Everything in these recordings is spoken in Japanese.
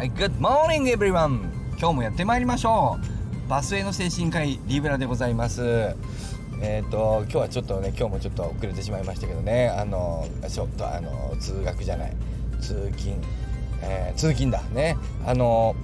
はい、Good morning everyone! 今日もやってまいりましょう。バスへの精神科医リブラでございます。今日はちょっとね、今日もちょっと遅れてしまいましたけどね、ちょっと通学じゃない通勤、通勤だね。流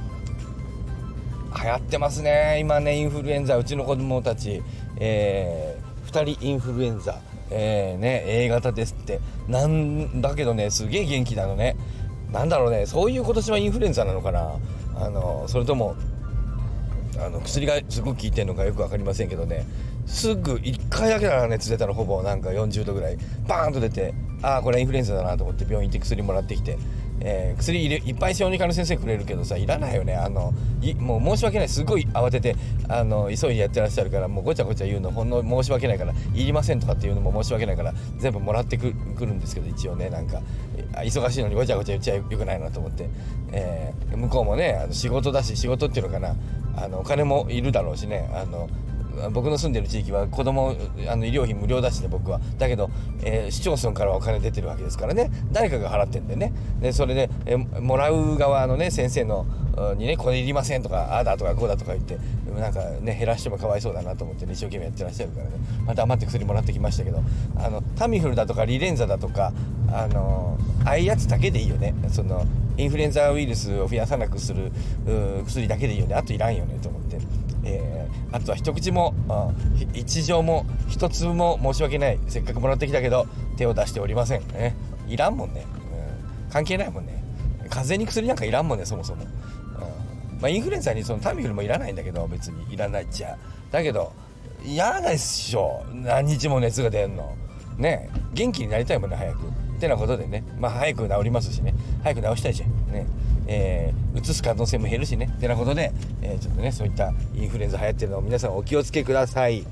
行ってますね今ね、インフルエンザ。うちの子供たち、2人インフルエンザ、A 型ですって。なんだけどね、すげえ元気なのね。なんだろうね、そういう今年はインフルエンザなのかな、それとも薬がすごく効いてるのかよく分かりませんけどね、すぐ1回だけだな、熱出たの。ほぼなんか40度ぐらいバーンと出て、これインフルエンザだなと思って病院行って薬もらってきて、薬いっぱい小児科の先生くれるけどさ、いらないよね。もう申し訳ない、すごい慌てて急いでやってらっしゃるから、もうごちゃごちゃ言うのほんの申し訳ないから、いりませんとかっていうのも申し訳ないから全部もらってくるんですけど、一応ね、なんか忙しいのにごちゃごちゃ言っちゃよくないなと思って、向こうもね仕事だし、仕事っていうのかな、お金もいるだろうしね、僕の住んでる地域は子供医療費無料だしね、僕は。だけど、市町村からはお金出てるわけですからね、誰かが払ってんでね。でそれで、もらう側のね先生のにね、これいりませんとか、あだとかこうだとか言って、なんかね減らしてもかわいそうだなと思ってね、一生懸命やってらっしゃるからね、また余って薬もらってきましたけど、タミフルだとかリレンザだとかああいうやつだけでいいよね。そのインフルエンザウイルスを増やさなくする薬だけでいいよね。あといらんよねと思って、あとは一口も一錠も一粒も申し訳ない。せっかくもらってきたけど手を出しておりませんね。いらんもんね、関係ないもんね。風邪に薬なんかいらんもんね、そもそも。インフルエンザにそのタミフルもいらないんだけど、別にいらないっちゃだけど、いらないっしょ、何日も熱が出んのね。元気になりたいもんね、早くってなことでね、早く治りますしね、早く治したいじゃんね。うつす可能性も減るしねってなことで、ちょっとね、そういったインフルエンザ流行ってるのを皆さんお気をつけください。いい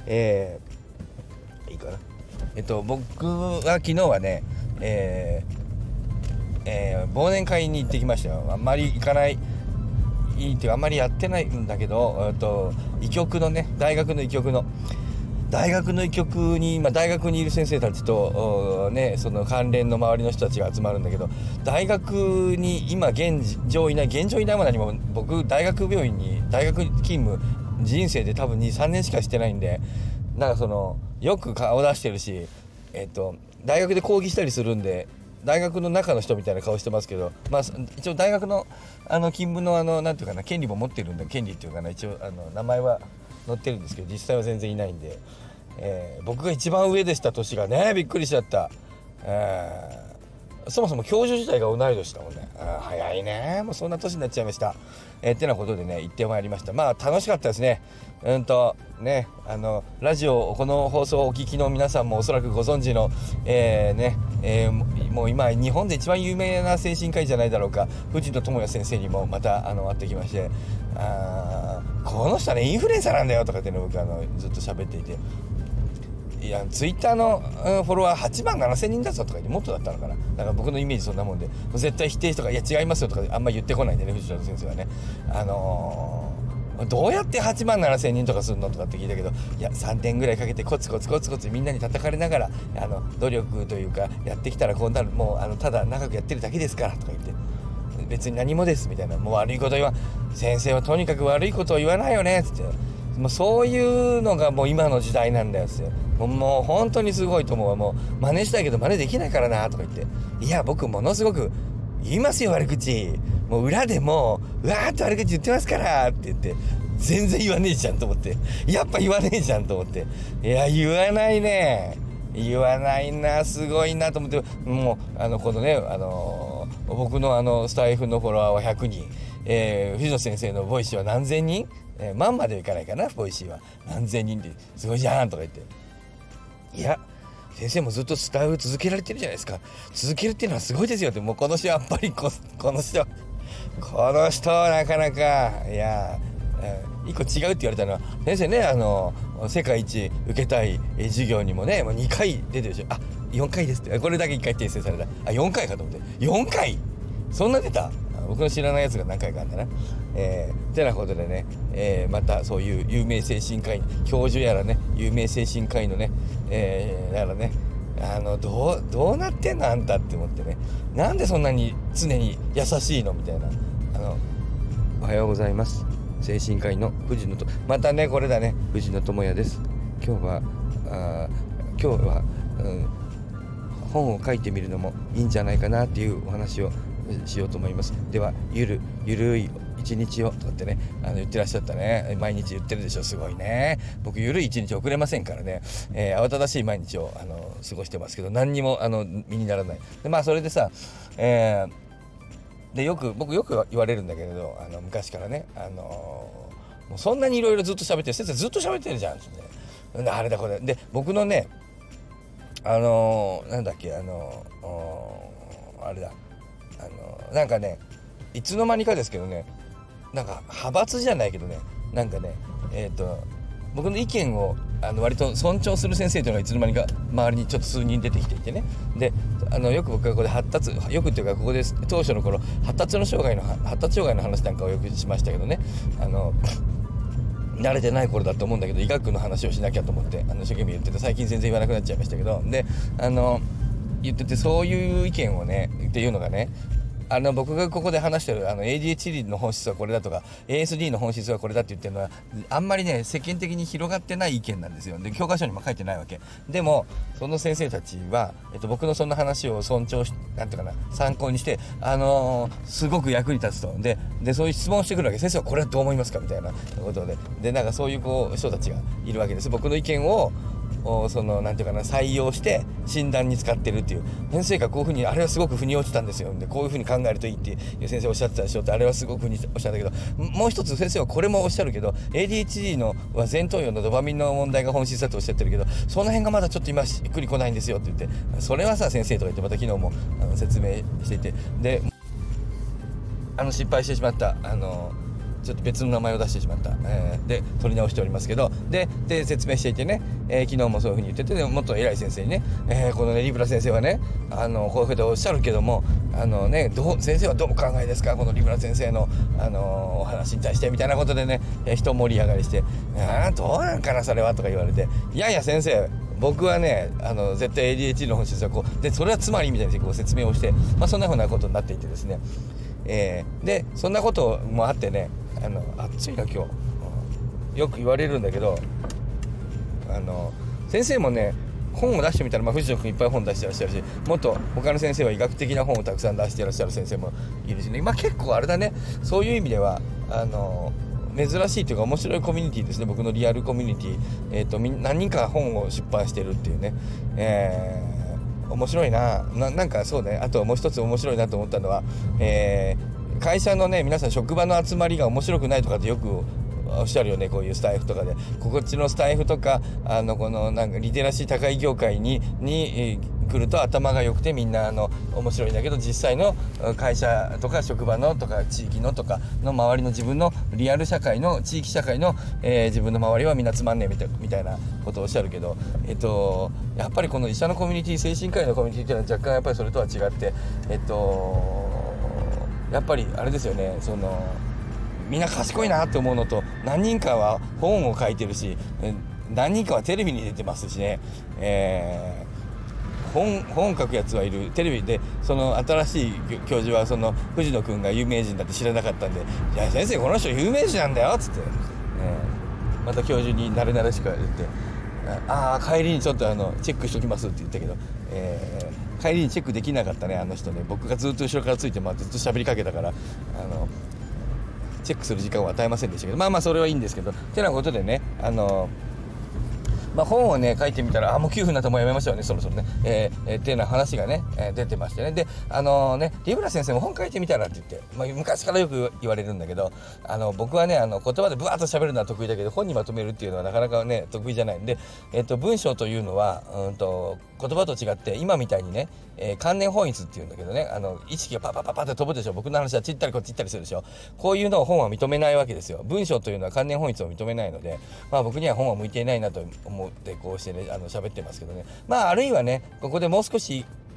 かな。僕は昨日はね、忘年会に行ってきましたよ。あんまり行かないっていうか、あんまりやってないんだけど、医局のね、大学の医局に今大学にいる先生たちとね、その関連の周りの人たちが集まるんだけど、大学に今現状いないも何も。僕大学病院に大学勤務人生で多分 2,3 年しかしてないんで、なんかそのよく顔出してるし、大学で講義したりするんで、大学の中の人みたいな顔してますけど、一応大学の勤務のなんていうかな、権利も持ってるんだ。権利っていうかな、一応名前は載ってるんですけど、実際は全然いないんで、僕が一番上でした年がね、びっくりしちゃった。そもそも教授自体が同い年だもんね。早いね、もうそんな年になっちゃいました。ってなことでね、行ってまいりました。楽しかったですね。ね、ラジオ、この放送をお聞きの皆さんもおそらくご存知の、もう今日本で一番有名な精神科医じゃないだろうか、藤野智也先生にもまた会ってきまして、この人はねインフルエンザなんだよとかってね、僕ずっと喋っていて、いやツイッターのフォロワー8万7千人だぞとか言って、もっとだったのかな。だから僕のイメージそんなもんで、絶対否定とか、いや違いますよとかあんま言ってこないんでね、藤野先生はね。どうやって8万7千人とかするのとかって聞いたけど、いや3年ぐらいかけてコツコツみんなに叩かれながら努力というかやってきたらこうなる、もうただ長くやってるだけですからとか言って、別に何もですみたいな、もう悪いこと言わん、先生はとにかく悪いことを言わないよねっつって、もうそういうのがもう今の時代なんだよって。もう本当にすごいと思う。もう真似したいけど真似できないからなとか言って、いや僕ものすごく言いますよ悪口、もう裏でもうわーって悪口言ってますからって言って、全然言わねえじゃんと思って、やっぱ言わねえじゃんと思って、いや言わないね、言わないな、すごいなと思って。もうこのね僕のスタイフのフォロワーは100人、藤野先生のボイシーは何千人、万まではいかないかな、ボイシーは何千人ですごいじゃんとか言って、いや先生もずっとスタイフ続けられてるじゃないですか、続けるっていうのはすごいですよって。もうこの人やっぱりこの人なかなか、いや一個違うって言われたのは、先生ね世界一受けたい授業にもね、もう2回出てるでしょ。4回ですって、これだけ1回訂正された。4回かと思って、4回そんな出た。僕の知らないやつが何回かあんだな。てなことでね、またそういう有名精神科医教授やらね、有名精神科医のね、だからね、どうなってんのあんたって思ってね、なんでそんなに常に優しいのみたいな、 おはようございます。精神科医の藤野と、またねこれだね、藤野智也です。今日は、本を書いてみるのもいいんじゃないかなっていうお話をしようと思います。ではゆるい一日をとかってね言ってらっしゃったね。毎日言ってるでしょ。すごいね。僕ゆるい一日遅れませんからね、慌ただしい毎日を過ごしてますけど、何にも身にならない。でそれでさ、で僕よく言われるんだけれど、昔からねもうそんなにいろいろずっと喋ってる、先生ずっと喋ってるじゃんってね、あれだこれで、僕のねなんだっけあれだなんかね、いつの間にかですけどね、なんか派閥じゃないけどね、なんかね僕の意見を割と尊重する先生というのがいつの間にか周りにちょっと数人出てきていてね。でよく僕がここでよくっていうかここで当初の頃発達障害の話なんかをよくしましたけどね、慣れてない頃だと思うんだけど、医学の話をしなきゃと思って一生懸命言ってて、最近全然言わなくなっちゃいましたけど、で言ってて、そういう意見をねっていうのがね、僕がここで話してるADHD の本質はこれだとか ASD の本質はこれだって言ってるのはあんまりね世間的に広がってない意見なんですよ。で教科書にも書いてないわけでも、その先生たちは、僕のそんな話を尊重しなんていうかな参考にしてすごく役に立つと。でそういう質問をしてくるわけ。先生はこれはどう思いますかみたいなことでなんかそういう人たちがいるわけです。僕の意見をなんていうかな採用して診断に使ってるっていう。先生がこういうふうにあれはすごく腑に落ちたんですよ。でこういうふうに考えるといいっていう先生おっしゃってたでしょって、あれはすごく腑におっしゃったけど、もう一つ先生はこれもおっしゃるけど ADHD のは前頭葉のドパミンの問題が本質だとおっしゃってるけど、その辺がまだちょっと今しっくりこないんですよって言って、それはさ先生とか言ってまた昨日も説明していて、で失敗してしまったちょっと別の名前を出してしまった、で取り直しておりますけど、で説明していてね、昨日もそういうふうに言ってて、もっと偉い先生にね、このねリブラ先生はねこういうふうにおっしゃるけども先生はどうお考えですか、このリブラ先生のお話に対してみたいなことでね、人盛り上がりして、どうなんかなそれはとか言われて、いやいや先生僕はね絶対 ADHD の本質はこうで、それはつまりみたいにこう説明をして、そんなふうなことになっていてですね、でそんなこともあってね、暑いな今日、よく言われるんだけど先生もね本を出してみたら、藤野君いっぱい本出してらっしゃるし、もっと他の先生は医学的な本をたくさん出してらっしゃる先生もいるしね、結構あれだね、そういう意味では珍しいというか面白いコミュニティですね。僕のリアルコミュニティ、何人か本を出版してるっていうね、面白いなんかそうね。あともう一つ面白いなと思ったのは、会社のね皆さん職場の集まりが面白くないとかってよくおっしゃるよね。こういうスタイフとかで、こっちのスタイフとかこのなんかリテラシー高い業界に来ると頭が良くてみんな面白いんだけど、実際の会社とか職場のとか地域のとかの周りの自分のリアル社会の地域社会の、自分の周りはみんなつまんねえみたいなことをおっしゃるけど、やっぱりこの医者のコミュニティ、精神科医のコミュニティっていうのは若干やっぱりそれとは違って、やっぱりあれですよね、みんな賢いなって思うのと、何人かは本を書いてるし、何人かはテレビに出てますしね、本書くやつはいる。テレビでその新しい教授は藤野くんが有名人だって知らなかったんで、いや先生この人有名人なんだよっつって、また教授になれなれしく言って、帰りにちょっとチェックしときますって言ったけど、帰りにチェックできなかったね。人ね、僕がずっと後ろからついて回ってずっと喋りかけたからチェックする時間を与えませんでしたけど、それはいいんですけど、てなことでね本をね書いてみたらもう9分になったらもうやめましょうねそろそろね、っていうような話がね、出てましてね。でリブラ先生も本書いてみたらって言って、昔からよく言われるんだけど、僕はね言葉でブワーッと喋るのは得意だけど、本にまとめるっていうのはなかなかね得意じゃないんで、文章というのは言葉と違って今みたいにね、関連本質っていうんだけどね、意識がパパパパって飛ぶでしょ。僕の話はちったりこっち行ったりするでしょ。こういうのを本は認めないわけですよ。文章というのは関連本質を認めないので、僕には本は向いていないなと思ってこうしてね喋ってますけどね。あるいはねここでもう少し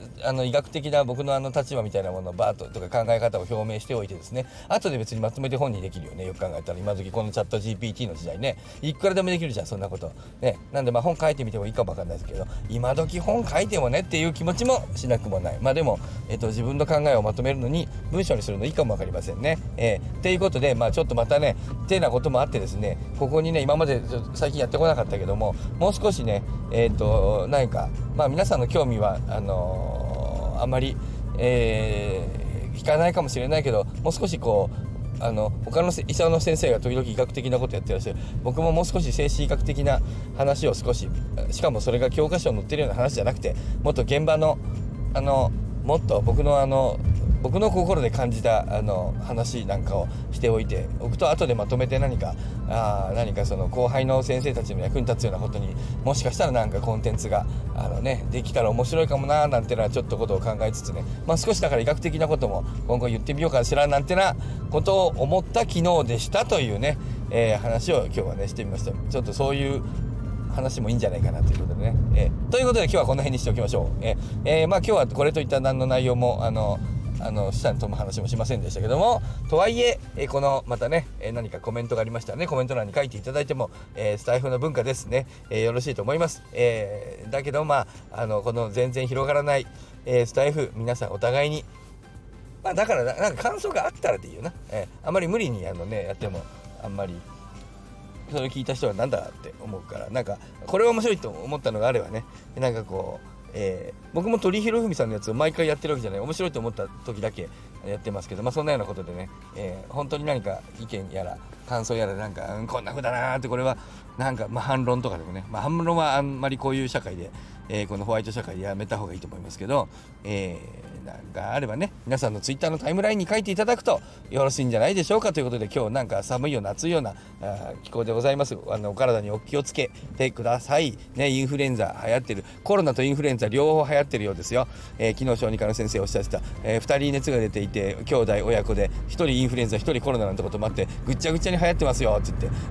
医学的な僕の立場みたいなものをバーッとか考え方を表明しておいてですね、後で別にまとめて本にできるよね。よく考えたら今時このチャット GPT の時代ね、いくらでもできるじゃんそんなことね。なんで本書いてみてもいいかもわかんないですけど、今時本書いてもねっていう気持ちもしなくもない。でも、自分の考えをまとめるのに文章にするのいいかもわかりませんね。っていうことでちょっとまたねってなこともあってですね、ここにね今まで最近やってこなかったけども、もう少しね何か皆さんの興味はあんまり、聞かないかもしれないけど、もう少しこう他の医者の先生が時々医学的なことやってらっしゃる、僕ももう少し精神医学的な話を少し、しかもそれが教科書に載ってるような話じゃなくて、もっと現場のもっと僕の心で感じた話なんかをしておいておくと、後でまとめて何かその後輩の先生たちの役に立つようなことにもしかしたらなんかコンテンツができたら面白いかもななんてのはちょっとことを考えつつね、少しだから医学的なことも今後言ってみようかしらなんてなことを思った昨日でしたというね、話を今日はねしてみました。ちょっとそういう話もいいんじゃないかなということでね、ということで今日はこの辺にしておきましょう。今日はこれといった何の内容も下に飛ぶ話もしませんでしたけども、とはいえこのまたね、何かコメントがありましたらね、コメント欄に書いていただいても、スタイフの文化ですね、よろしいと思います。だけどこの全然広がらない、スタイフ、皆さんお互いにだからなんか感想があったらでいいよな。あんまり無理にやってもあんまりそれを聞いた人はなんだって思うから、なんかこれは面白いと思ったのがあればね、なんかこう僕も鳥広文さんのやつを毎回やってるわけじゃない、面白いと思った時だけやってますけど、そんなようなことでね、本当に何か意見やら感想やらなんか、こんな風だなーって、これはなんか反論とかでもね、反論はあんまりこういう社会で、このホワイト社会でやめた方がいいと思いますけど、なんかあればね、皆さんのツイッターのタイムラインに書いていただくとよろしいんじゃないでしょうかということで、今日なんか寒いような暑いような気候でございます。お体にお気をつけてくださいね。インフルエンザ流行ってる、コロナとインフルエンザ両方流行ってるようですよ。昨日小児科の先生おっしゃってた、2人熱が出ていて兄弟親子で1人インフルエンザ1人コロナなんてこともあってぐっちゃぐちゃに流行ってますよって言って、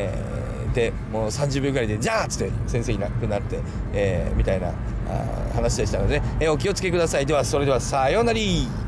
でもう30秒ぐらいでじゃあっつって先生いなくなって、みたいな話でしたので、お気をつけください。ではそれではさようなら。